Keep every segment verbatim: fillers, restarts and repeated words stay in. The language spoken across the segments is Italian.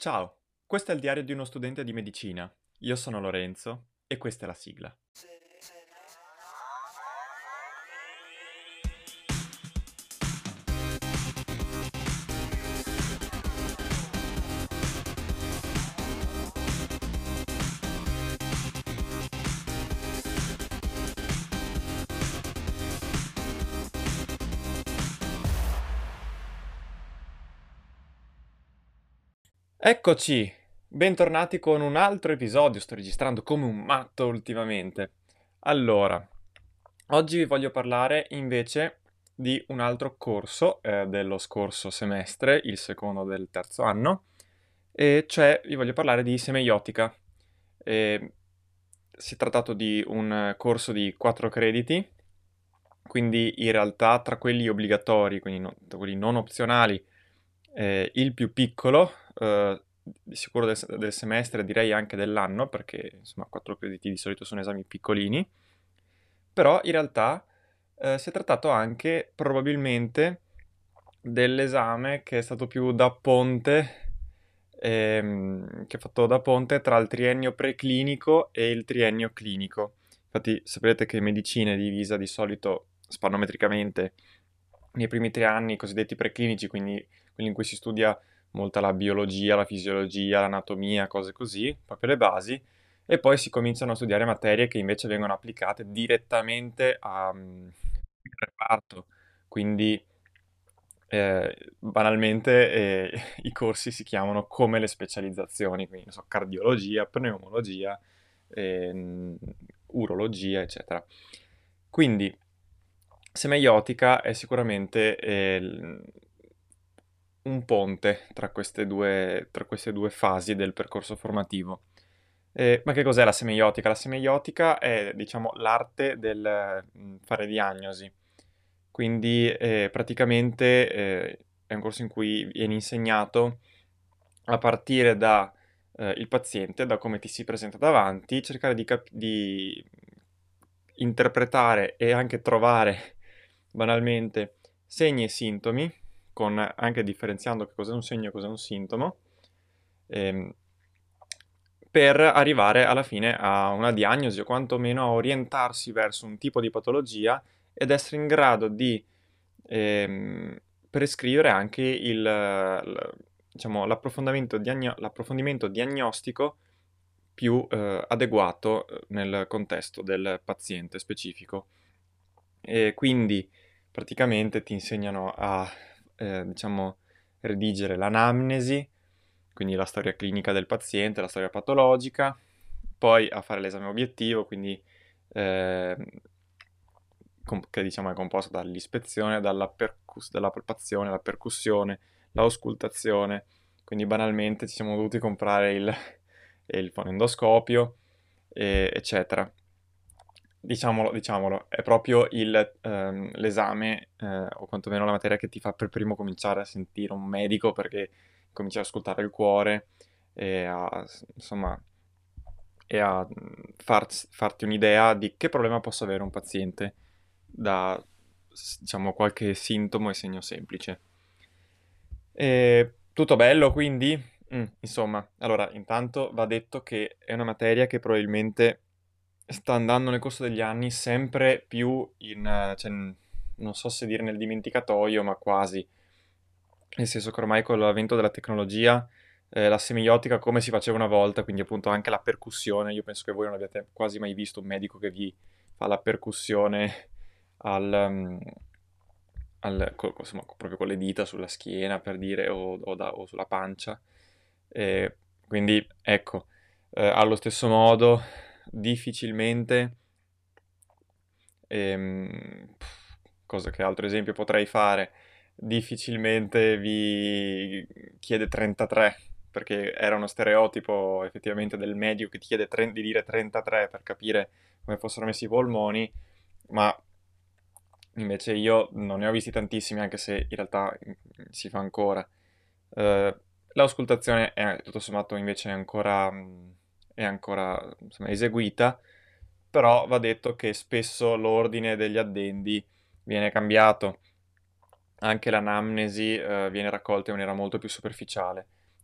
Ciao, questo è il diario di uno studente di medicina. Io sono Lorenzo e questa è la sigla. Eccoci, bentornati con un altro episodio. Sto registrando come un matto ultimamente. Allora, oggi vi voglio parlare invece di un altro corso eh, dello scorso semestre, il secondo del terzo anno, e cioè vi voglio parlare di semeiotica. E si è trattato di un corso di quattro crediti, quindi in realtà tra quelli obbligatori, quindi no- tra quelli non opzionali, eh, il più piccolo, eh, di sicuro del, del semestre, direi anche dell'anno, perché insomma quattro crediti di solito sono esami piccolini, però in realtà eh, si è trattato anche probabilmente dell'esame che è stato più da ponte, ehm, che è fatto da ponte tra il triennio preclinico e il triennio clinico. Infatti sapete che medicina è divisa di solito spannometricamente nei primi tre anni cosiddetti preclinici, quindi quelli in cui si studia molta la biologia, la fisiologia, l'anatomia, cose così, proprio le basi, e poi si cominciano a studiare materie che invece vengono applicate direttamente a, mm, al reparto. Quindi eh, banalmente eh, i corsi si chiamano come le specializzazioni, quindi non so, cardiologia, pneumologia, ehm, urologia, eccetera. Quindi semeiotica è sicuramente eh, l- un ponte tra queste due, tra queste due fasi del percorso formativo. Eh, ma che cos'è la semeiotica? La semeiotica è, diciamo, l'arte del mm, fare diagnosi. Quindi eh, praticamente eh, è un corso in cui viene insegnato a partire da eh, il paziente, da come ti si presenta davanti, cercare di, cap- di interpretare e anche trovare banalmente segni e sintomi, con anche differenziando che cos'è un segno e cos'è un sintomo, ehm, per arrivare alla fine a una diagnosi o quantomeno a orientarsi verso un tipo di patologia ed essere in grado di ehm, prescrivere anche il, l- diciamo, l'approfondimento, diagno- l'approfondimento diagnostico più eh, adeguato eh, nel contesto del paziente specifico. E quindi praticamente ti insegnano a, eh, diciamo, redigere l'anamnesi, quindi la storia clinica del paziente, la storia patologica, poi a fare l'esame obiettivo, quindi eh, com- che diciamo è composto dall'ispezione, dalla, percus- dalla palpazione, la percussione, l'auscultazione, quindi banalmente ci siamo dovuti comprare il, il fonendoscopio, e- eccetera. Diciamolo, diciamolo, è proprio il, ehm, l'esame, eh, o quantomeno la materia che ti fa per primo cominciare a sentire un medico perché cominci ad ascoltare il cuore e a, insomma, e a mm, far- farti un'idea di che problema possa avere un paziente da, s- diciamo, qualche sintomo e segno semplice. E tutto bello, quindi? Mm, insomma, allora, intanto va detto che è una materia che probabilmente sta andando nel corso degli anni sempre più in, eh, cioè, n- non so se dire nel dimenticatoio, ma quasi. Nel senso che ormai con l'avvento della tecnologia, eh, la semiotica come si faceva una volta, quindi appunto anche la percussione, io penso che voi non abbiate quasi mai visto un medico che vi fa la percussione al, mm, al- co- insomma, proprio con le dita sulla schiena per dire, o, o da- o sulla pancia. E quindi ecco, eh, allo stesso modo, difficilmente, ehm, pff, cosa che altro esempio potrei fare? Difficilmente vi chiede trentatré, perché era uno stereotipo effettivamente del medico che ti chiede tre- di dire trentatré per capire come fossero messi i polmoni, ma invece io non ne ho visti tantissimi, anche se in realtà mm, si fa ancora. Eh, L'auscultazione è tutto sommato invece è ancora, mm, è ancora insomma, eseguita, però va detto che spesso l'ordine degli addendi viene cambiato, anche l'anamnesi eh, viene raccolta in maniera molto più superficiale.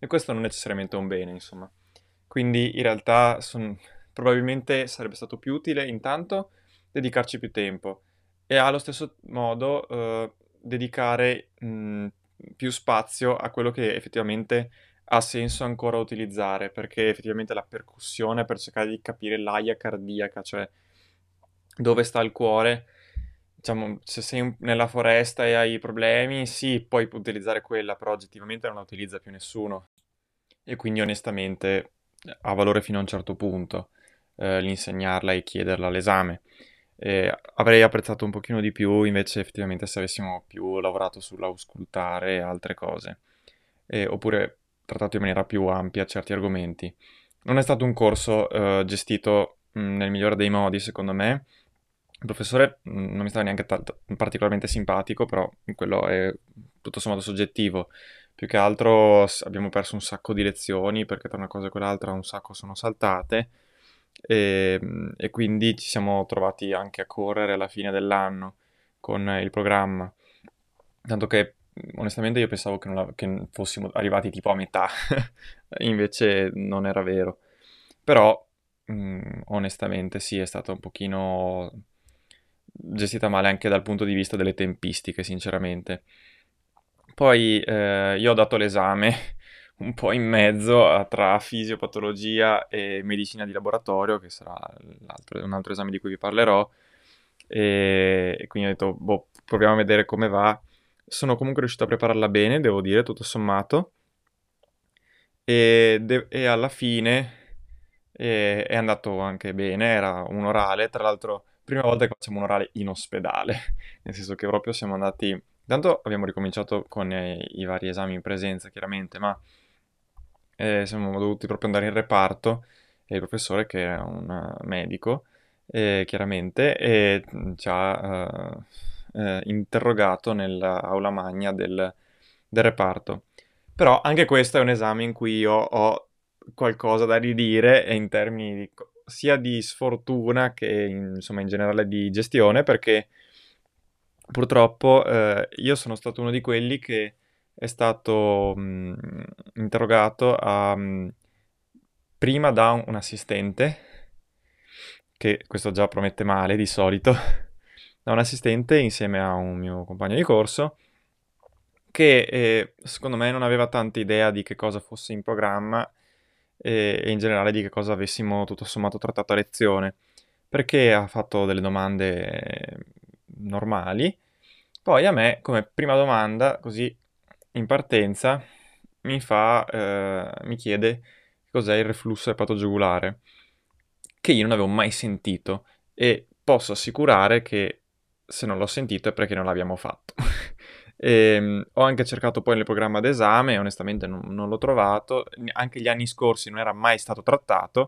e questo non necessariamente è un bene, insomma. Quindi in realtà son- probabilmente sarebbe stato più utile intanto dedicarci più tempo e allo stesso modo eh, dedicare mh, più spazio a quello che effettivamente ha senso ancora utilizzare, perché effettivamente la percussione per cercare di capire l'aia cardiaca, cioè dove sta il cuore, diciamo, se sei un- nella foresta e hai problemi, sì, puoi utilizzare quella, però oggettivamente non la utilizza più nessuno. E quindi onestamente ha valore fino a un certo punto eh, l'insegnarla e chiederla all'esame. Eh, avrei apprezzato un pochino di più invece effettivamente se avessimo più lavorato sull'auscultare e altre cose, eh, oppure trattato in maniera più ampia certi argomenti. Non è stato un corso eh, gestito mh, nel migliore dei modi, secondo me. Il professore mh, non mi stava neanche ta- ta- particolarmente simpatico, però quello è tutto sommato soggettivo. Più che altro s- abbiamo perso un sacco di lezioni perché tra una cosa e quell'altra un sacco sono saltate e, e quindi ci siamo trovati anche a correre alla fine dell'anno con il programma. Tanto che onestamente io pensavo che, non la- che fossimo arrivati tipo a metà, invece non era vero. Però mh, onestamente sì, è stata un pochino gestita male anche dal punto di vista delle tempistiche, sinceramente. Poi eh, io ho dato l'esame un po' in mezzo a- tra fisiopatologia e medicina di laboratorio, che sarà l'altro- un altro esame di cui vi parlerò, e, e quindi ho detto, boh, proviamo a vedere come va. Sono comunque riuscito a prepararla bene, devo dire, tutto sommato, e, de- e alla fine eh, è andato anche bene, era un orale, tra l'altro, prima volta che facciamo un orale in ospedale, nel senso che proprio siamo andati. Intanto abbiamo ricominciato con eh, i vari esami in presenza, chiaramente, ma eh, siamo dovuti proprio andare in reparto e il professore, che è un eh, medico, eh, chiaramente, e mm, ci ha eh, eh, interrogato nell'aula magna del, del reparto. Però anche questo è un esame in cui io ho qualcosa da ridire e in termini di co- sia di sfortuna che in- insomma in generale di gestione, perché purtroppo eh, io sono stato uno di quelli che è stato mh, interrogato a, mh, prima da un, un assistente, che questo già promette male di solito, da un assistente insieme a un mio compagno di corso, che eh, secondo me non aveva tanta idea di che cosa fosse in programma e, e in generale di che cosa avessimo tutto sommato trattato a lezione, perché ha fatto delle domande eh, normali. Poi a me, come prima domanda, così in partenza, mi fa, eh, mi chiede cos'è il reflusso epatogegulare, che io non avevo mai sentito e posso assicurare che se non l'ho sentito è perché non l'abbiamo fatto. Ehm, ho anche cercato poi nel programma d'esame, onestamente non, non l'ho trovato, anche gli anni scorsi non era mai stato trattato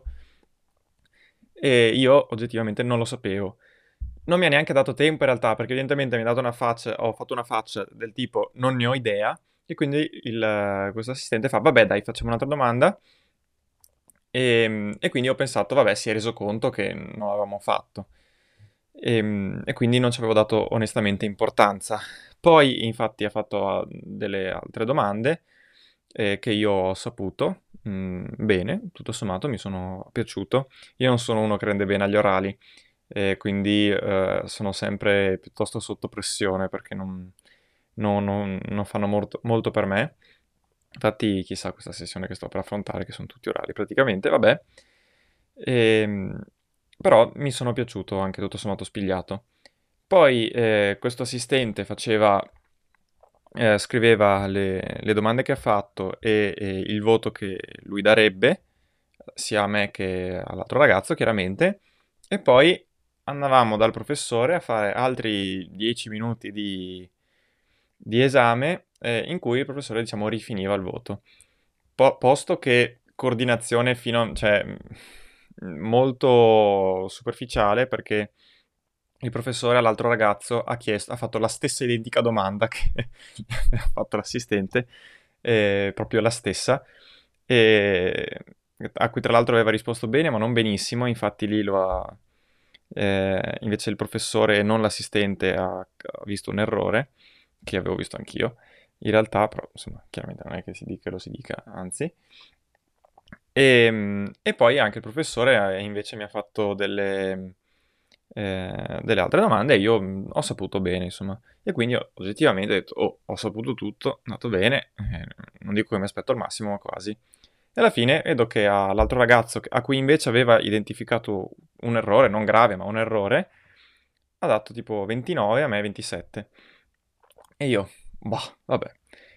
e io oggettivamente non lo sapevo. Non mi ha neanche dato tempo in realtà, perché evidentemente mi ha dato una faccia, ho fatto una faccia del tipo non ne ho idea, e quindi il- questo assistente fa, vabbè dai, facciamo un'altra domanda, e, e quindi ho pensato, vabbè, si è reso conto che non l'avevamo fatto. E, e quindi non ci avevo dato onestamente importanza. Poi infatti ha fatto ah, delle altre domande eh, che io ho saputo. Mm, bene, tutto sommato mi sono piaciuto. Io non sono uno che rende bene agli orali, e quindi eh, sono sempre piuttosto sotto pressione perché non, non- non- non fanno molto, molto per me. Infatti, chissà questa sessione che sto per affrontare, che sono tutti orali praticamente, vabbè. Ehm, Però mi sono piaciuto anche tutto sommato spigliato. Poi eh, questo assistente faceva, eh, scriveva le, le domande che ha fatto e, e il voto che lui darebbe, sia a me che all'altro ragazzo, chiaramente, e poi andavamo dal professore a fare altri dieci minuti di, di esame eh, in cui il professore, diciamo, rifiniva il voto. Po- posto che coordinazione fino a, cioè, mh, molto superficiale perché il professore all'altro ragazzo ha chiesto, ha fatto la stessa identica domanda che ha fatto l'assistente, eh, proprio la stessa, e a cui tra l'altro aveva risposto bene, ma non benissimo, infatti lì lo ha, eh, invece il professore, non l'assistente, ha, ha visto un errore, che avevo visto anch'io, in realtà, però insomma, chiaramente non è che, si dica, che lo si dica, anzi. E, e poi anche il professore eh, invece mi ha fatto delle, eh, delle altre domande e io mh, ho saputo bene, insomma. E quindi ho oggettivamente detto, oh, ho saputo tutto, è andato bene, eh, non dico che mi aspetto al massimo, ma quasi. E alla fine vedo che a- l'altro ragazzo, che- a cui invece aveva identificato un errore, non grave, ma un errore, ha dato tipo ventinove, a me ventisette. E io, boh, vabbè.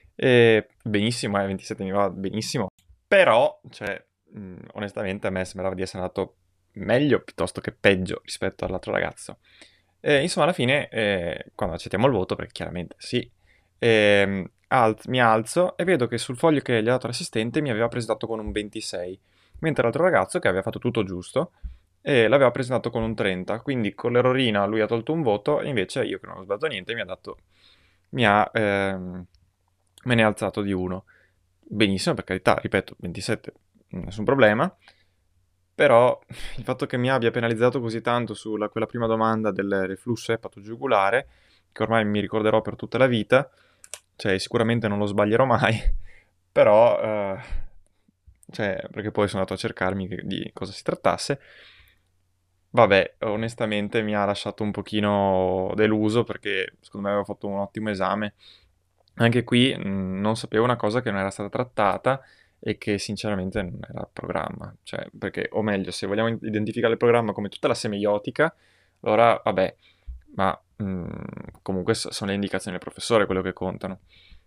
E benissimo, eh, ventisette mi va benissimo. Però, cioè, mh, onestamente a me sembrava di essere andato meglio piuttosto che peggio rispetto all'altro ragazzo. E, insomma, alla fine, eh, quando accettiamo il voto, perché chiaramente sì, ehm, al- mi alzo e vedo che sul foglio che gli ha dato l'assistente mi aveva presentato con un ventisei, mentre l'altro ragazzo, che aveva fatto tutto giusto, eh, l'aveva presentato con un trenta. Quindi con l'errorina lui ha tolto un voto e invece io, che non ho sbagliato niente, mi ha dato, mi ha, ehm, me ne ha alzato di uno. Benissimo, per carità, ripeto, ventisette, nessun problema. Però il fatto che mi abbia penalizzato così tanto sulla quella prima domanda del reflusso epatogugulare, che ormai mi ricorderò per tutta la vita, cioè sicuramente non lo sbaglierò mai, però, eh, cioè, perché poi sono andato a cercarmi che- di cosa si trattasse. Vabbè, onestamente mi ha lasciato un pochino deluso perché secondo me avevo fatto un ottimo esame. Anche qui mh, non sapevo una cosa che non era stata trattata e che sinceramente non era il programma. Cioè, perché, o meglio, se vogliamo identificare il programma come tutta la semiotica, allora vabbè, ma mh, comunque s- sono le indicazioni del professore quello che contano.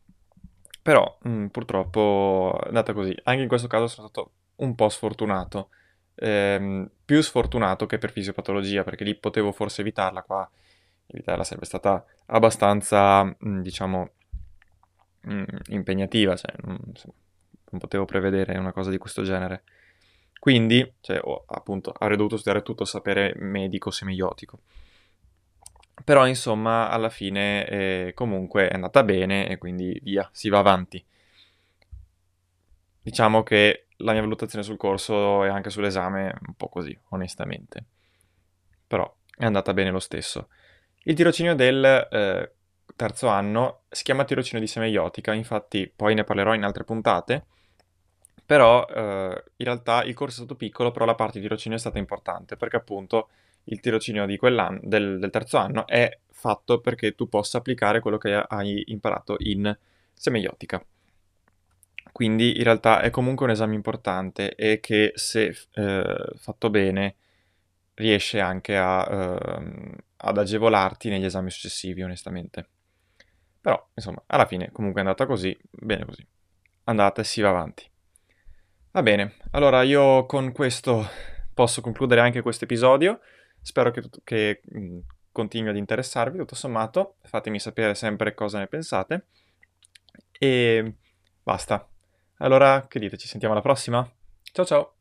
Però mh, purtroppo è andata così. Anche in questo caso sono stato un po' sfortunato. Ehm, più sfortunato che per fisiopatologia, perché lì potevo forse evitarla, qua evitarla sarebbe stata abbastanza, mh, diciamo, mh, impegnativa, cioè non, insomma, non potevo prevedere una cosa di questo genere. Quindi, cioè, ho- appunto, avrei dovuto studiare tutto sapere medico semiotico. Però, insomma, alla fine eh, comunque è andata bene e quindi via, si va avanti. Diciamo che la mia valutazione sul corso e anche sull'esame è un po' così, onestamente. Però è andata bene lo stesso. Il tirocinio del eh, terzo anno si chiama tirocinio di semeiotica, infatti poi ne parlerò in altre puntate, però eh, in realtà il corso è stato piccolo, però la parte di tirocinio è stata importante, perché appunto il tirocinio di quell'anno, del, del terzo anno è fatto perché tu possa applicare quello che hai imparato in semeiotica. Quindi in realtà è comunque un esame importante e che se eh, fatto bene riesce anche a, ehm, ad agevolarti negli esami successivi, onestamente. Però, insomma, alla fine comunque è andata così, bene così. Andate, si va avanti. Va bene, allora io con questo posso concludere anche questo episodio. Spero che, che mh, continui ad interessarvi, tutto sommato. Fatemi sapere sempre cosa ne pensate. E basta. Allora, che dite? Ci sentiamo alla prossima? Ciao ciao!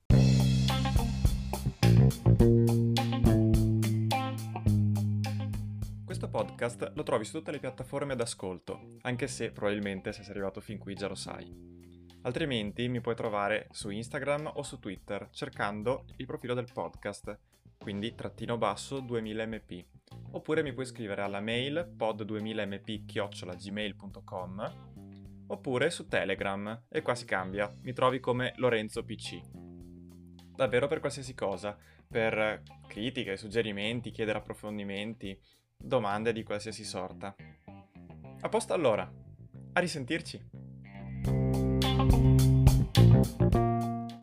Questo podcast lo trovi su tutte le piattaforme d'ascolto, anche se probabilmente se sei arrivato fin qui già lo sai. Altrimenti mi puoi trovare su Instagram o su Twitter cercando il profilo del podcast, quindi trattino basso duemila m p. Oppure mi puoi scrivere alla mail pod duemila m p chiocciola gmail punto com oppure su Telegram, e qua si cambia, mi trovi come Lorenzo P C. Davvero per qualsiasi cosa, per critiche, suggerimenti, chiedere approfondimenti, domande di qualsiasi sorta. A posto allora, a risentirci!